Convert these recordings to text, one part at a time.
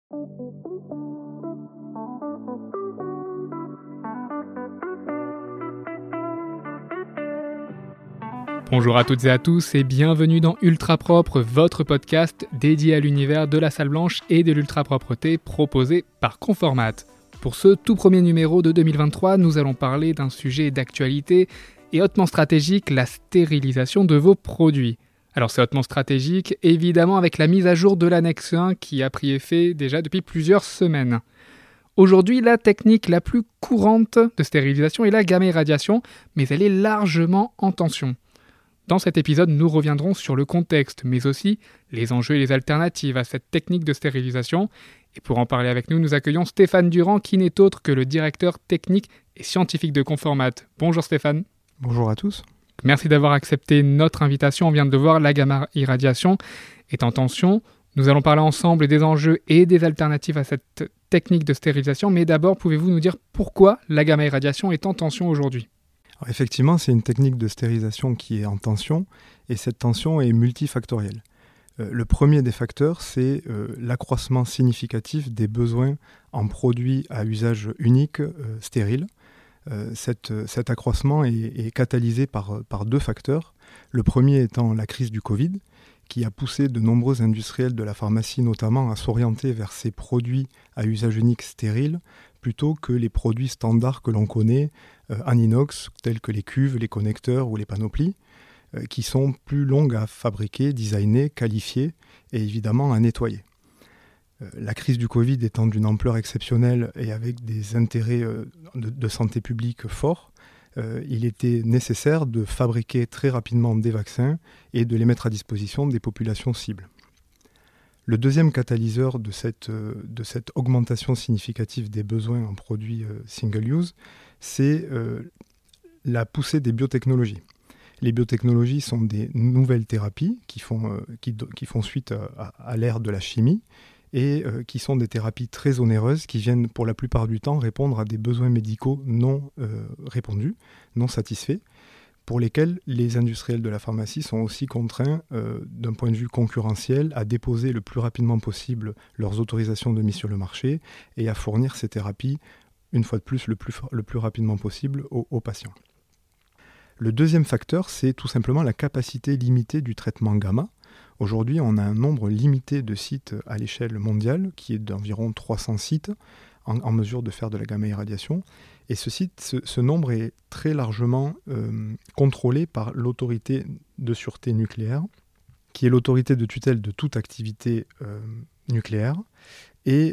Bonjour à toutes et à tous et bienvenue dans Ultra Propre, votre podcast dédié à l'univers de la salle blanche et de l'ultra-propreté proposé par Conformat. Pour ce tout premier numéro de 2023, nous allons parler d'un sujet d'actualité et hautement stratégique, la stérilisation de vos produits. Alors c'est hautement stratégique, évidemment avec la mise à jour de l'annexe 1 qui a pris effet déjà depuis plusieurs semaines. Aujourd'hui, la technique la plus courante de stérilisation est la gamma-irradiation, mais elle est largement en tension. Dans cet épisode, nous reviendrons sur le contexte, mais aussi les enjeux et les alternatives à cette technique de stérilisation. Et pour en parler avec nous, nous accueillons Stéphane Durand, qui n'est autre que le directeur technique et scientifique de Conformat. Bonjour Stéphane. Bonjour à tous. Merci d'avoir accepté notre invitation. On vient de le voir, la gamma-irradiation est en tension. Nous allons parler ensemble des enjeux et des alternatives à cette technique de stérilisation. Mais d'abord, pouvez-vous nous dire pourquoi la gamma-irradiation est en tension aujourd'hui ? Alors effectivement, c'est une technique de stérilisation qui est en tension, et cette tension est multifactorielle. Le premier des facteurs, c'est l'accroissement significatif des besoins en produits à usage unique stériles. Cet accroissement est catalysé par deux facteurs. Le premier étant la crise du Covid, qui a poussé de nombreux industriels de la pharmacie notamment à s'orienter vers ces produits à usage unique stériles, plutôt que les produits standards que l'on connaît en inox, tels que les cuves, les connecteurs ou les panoplies, qui sont plus longues à fabriquer, designer, qualifier et évidemment à nettoyer. La crise du Covid étant d'une ampleur exceptionnelle et avec des intérêts de santé publique forts, il était nécessaire de fabriquer très rapidement des vaccins et de les mettre à disposition des populations cibles. Le deuxième catalyseur de cette augmentation significative des besoins en produits single-use, c'est la poussée des biotechnologies. Les biotechnologies sont des nouvelles thérapies qui font suite à l'ère de la chimie et qui sont des thérapies très onéreuses qui viennent pour la plupart du temps répondre à des besoins médicaux non répondus, non satisfaits, pour lesquels les industriels de la pharmacie sont aussi contraints, d'un point de vue concurrentiel, à déposer le plus rapidement possible leurs autorisations de mise sur le marché et à fournir ces thérapies, une fois de plus, le plus rapidement possible aux patients. Le deuxième facteur, c'est tout simplement la capacité limitée du traitement gamma. Aujourd'hui, on a un nombre limité de sites à l'échelle mondiale, qui est d'environ 300 sites en mesure de faire de la gamma-irradiation. Et ce nombre est très largement contrôlé par l'autorité de sûreté nucléaire, qui est l'autorité de tutelle de toute activité nucléaire. Et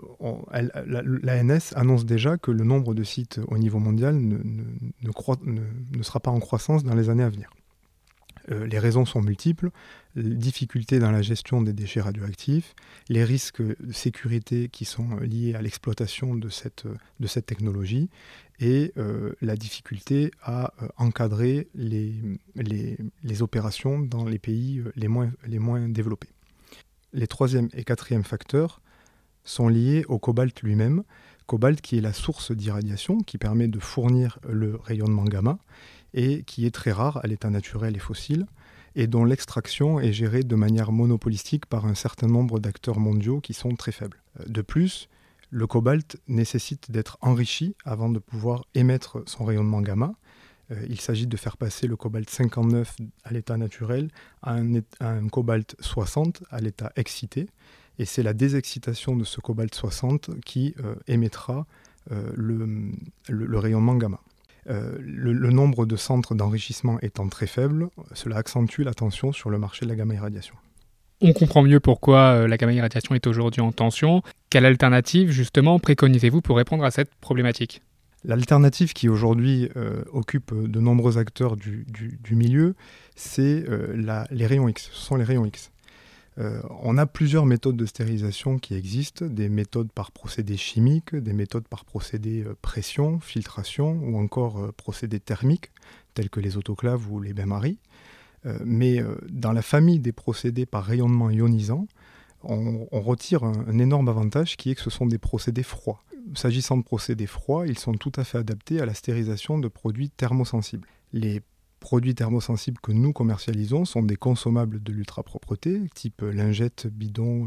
l'ANS annonce déjà que le nombre de sites au niveau mondial ne sera pas en croissance dans les années à venir. Les raisons sont multiples, les difficultés dans la gestion des déchets radioactifs, les risques de sécurité qui sont liés à l'exploitation de cette technologie et la difficulté à encadrer les opérations dans les pays les moins développés. Les troisième et quatrième facteurs sont liés au cobalt lui-même, cobalt qui est la source d'irradiation qui permet de fournir le rayonnement gamma et qui est très rare à l'état naturel et fossile, et dont l'extraction est gérée de manière monopolistique par un certain nombre d'acteurs mondiaux qui sont très faibles. De plus, le cobalt nécessite d'être enrichi avant de pouvoir émettre son rayonnement gamma. Il s'agit de faire passer le cobalt 59 à l'état naturel à un cobalt 60 à l'état excité, et c'est la désexcitation de ce cobalt 60 qui émettra le rayonnement gamma. Le nombre de centres d'enrichissement étant très faible, cela accentue la tension sur le marché de la gamma-irradiation. On comprend mieux pourquoi la gamma-irradiation est aujourd'hui en tension. Quelle alternative, justement, préconisez-vous pour répondre à cette problématique ? L'alternative qui aujourd'hui occupe de nombreux acteurs du milieu, c'est les rayons X. Ce sont les rayons X. On a plusieurs méthodes de stérilisation qui existent, des méthodes par procédé chimique, des méthodes par procédé pression, filtration ou encore procédés thermiques tels que les autoclaves ou les bains-maries. Mais dans la famille des procédés par rayonnement ionisant, on retire un énorme avantage qui est que ce sont des procédés froids. S'agissant de procédés froids, ils sont tout à fait adaptés à la stérilisation de produits thermosensibles. Les produits thermosensibles que nous commercialisons sont des consommables de l'ultra-propreté, type lingettes, bidons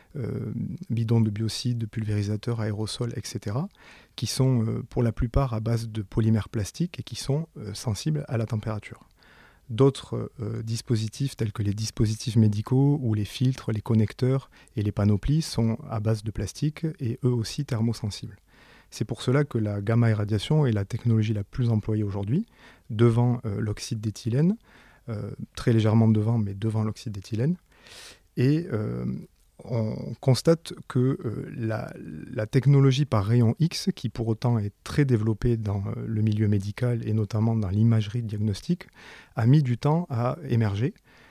de biocides, pulvérisateurs, aérosols, etc., qui sont pour la plupart à base de polymères plastiques et qui sont sensibles à la température. D'autres dispositifs tels que les dispositifs médicaux ou les filtres, les connecteurs et les panoplies sont à base de plastique et eux aussi thermosensibles. C'est pour cela que la gamma-irradiation est la technologie la plus employée aujourd'hui, devant l'oxyde d'éthylène, très légèrement devant, mais devant l'oxyde d'éthylène. Et on constate que la technologie par rayon X, qui pour autant est très développée dans le milieu médical et notamment dans l'imagerie diagnostique, a mis du temps à émerger.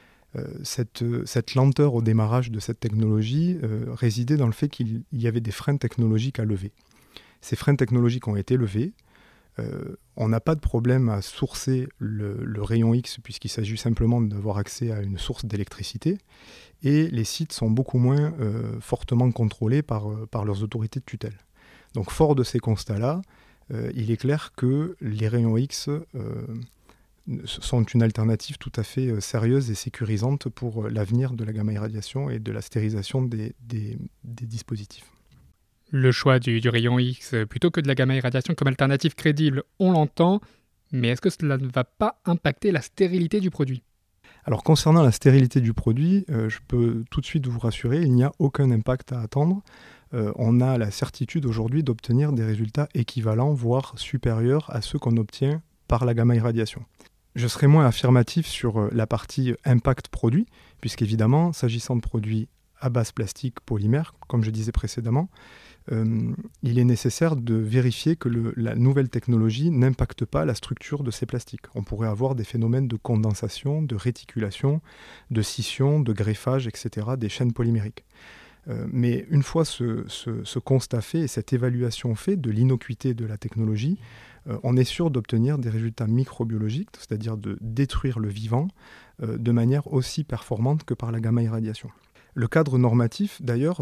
Cette lenteur au démarrage de cette technologie résidait dans le fait qu'il y avait des freins technologiques à lever. Ces freins technologiques ont été levés. On n'a pas de problème à sourcer le rayon X puisqu'il s'agit simplement d'avoir accès à une source d'électricité et les sites sont beaucoup moins fortement contrôlés par leurs autorités de tutelle. Donc fort de ces constats-là, il est clair que les rayons X sont une alternative tout à fait sérieuse et sécurisante pour l'avenir de la gamma-irradiation et de la stérilisation des dispositifs. Le choix du rayon X plutôt que de la gamma-irradiation comme alternative crédible, on l'entend, mais est-ce que cela ne va pas impacter la stérilité du produit ? Alors concernant la stérilité du produit, je peux tout de suite vous rassurer, il n'y a aucun impact à attendre. On a la certitude aujourd'hui d'obtenir des résultats équivalents, voire supérieurs à ceux qu'on obtient par la gamma-irradiation. Je serai moins affirmatif sur la partie impact produit, puisqu'évidemment, s'agissant de produits à base plastique polymère, comme je disais précédemment, il est nécessaire de vérifier que la nouvelle technologie n'impacte pas la structure de ces plastiques. On pourrait avoir des phénomènes de condensation, de réticulation, de scission, de greffage, etc., des chaînes polymériques. Mais une fois ce constat fait et cette évaluation faite de l'innocuité de la technologie, on est sûr d'obtenir des résultats microbiologiques, c'est-à-dire de détruire le vivant de manière aussi performante que par la gamma-irradiation. Le cadre normatif, d'ailleurs,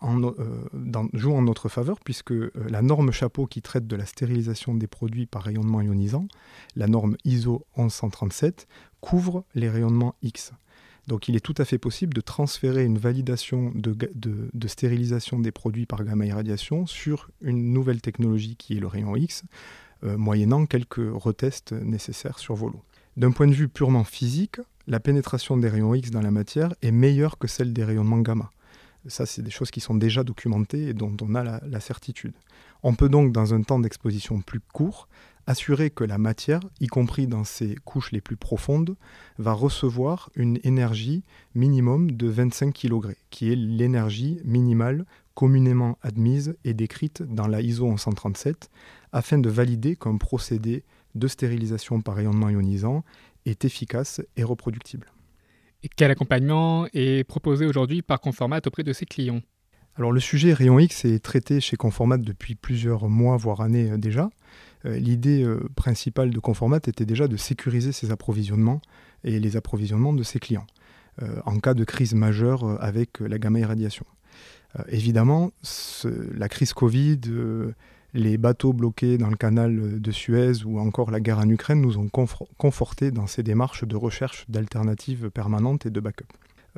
joue en notre faveur, puisque la norme chapeau qui traite de la stérilisation des produits par rayonnement ionisant, la norme ISO 11137, couvre les rayonnements X. Donc il est tout à fait possible de transférer une validation de stérilisation des produits par gamma-irradiation sur une nouvelle technologie qui est le rayon X, moyennant quelques retests nécessaires sur vos lots. D'un point de vue purement physique, la pénétration des rayons X dans la matière est meilleure que celle des rayonnements gamma. Ça, c'est des choses qui sont déjà documentées et dont on a la certitude. On peut donc, dans un temps d'exposition plus court, assurer que la matière, y compris dans ses couches les plus profondes, va recevoir une énergie minimum de 25 kg, qui est l'énergie minimale communément admise et décrite dans la ISO 1137, afin de valider qu'un procédé de stérilisation par rayonnement ionisant est efficace et reproductible. Et quel accompagnement est proposé aujourd'hui par Conformat auprès de ses clients ? Alors le sujet rayon X est traité chez Conformat depuis plusieurs mois, voire années déjà. L'idée principale de Conformat était déjà de sécuriser ses approvisionnements et les approvisionnements de ses clients en cas de crise majeure avec la gamma-irradiation. Évidemment, la crise Covid, les bateaux bloqués dans le canal de Suez ou encore la guerre en Ukraine nous ont confortés dans ces démarches de recherche d'alternatives permanentes et de backup.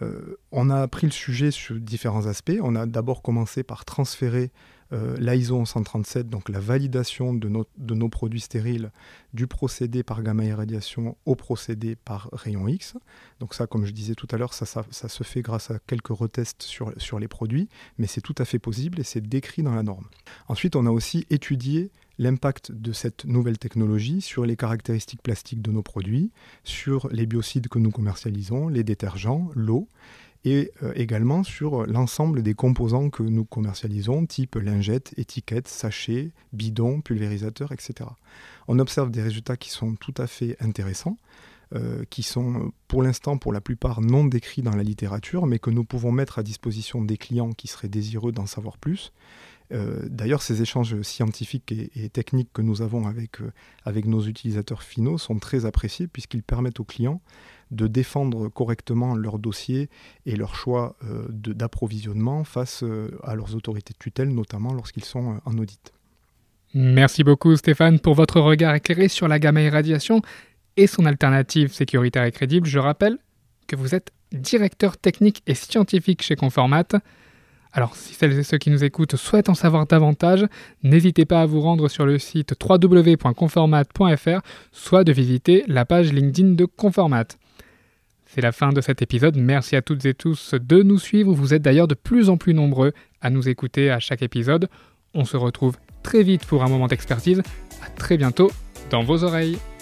On a pris le sujet sur différents aspects. On a d'abord commencé par transférer l'ISO 1137, donc la validation de nos produits stériles du procédé par gamma-irradiation au procédé par rayon X. Donc ça, comme je disais tout à l'heure, ça se fait grâce à quelques retests sur les produits, mais c'est tout à fait possible et c'est décrit dans la norme. Ensuite, on a aussi étudié l'impact de cette nouvelle technologie sur les caractéristiques plastiques de nos produits, sur les biocides que nous commercialisons, les détergents, l'eau, et également sur l'ensemble des composants que nous commercialisons, type lingettes, étiquettes, sachets, bidons, pulvérisateurs, etc. On observe des résultats qui sont tout à fait intéressants, qui sont pour l'instant pour la plupart non décrits dans la littérature, mais que nous pouvons mettre à disposition des clients qui seraient désireux d'en savoir plus. D'ailleurs, ces échanges scientifiques et techniques que nous avons avec nos utilisateurs finaux sont très appréciés puisqu'ils permettent aux clients de défendre correctement leur dossier et leur choix d'approvisionnement face à leurs autorités de tutelle, notamment lorsqu'ils sont en audit. Merci beaucoup Stéphane pour votre regard éclairé sur la gamma-irradiation et son alternative sécuritaire et crédible, je rappelle que vous êtes directeur technique et scientifique chez Conformat. Alors, si celles et ceux qui nous écoutent souhaitent en savoir davantage, n'hésitez pas à vous rendre sur le site www.conformat.fr, soit de visiter la page LinkedIn de Conformat. C'est la fin de cet épisode. Merci à toutes et tous de nous suivre. Vous êtes d'ailleurs de plus en plus nombreux à nous écouter à chaque épisode. On se retrouve très vite pour un moment d'expertise. À très bientôt dans vos oreilles.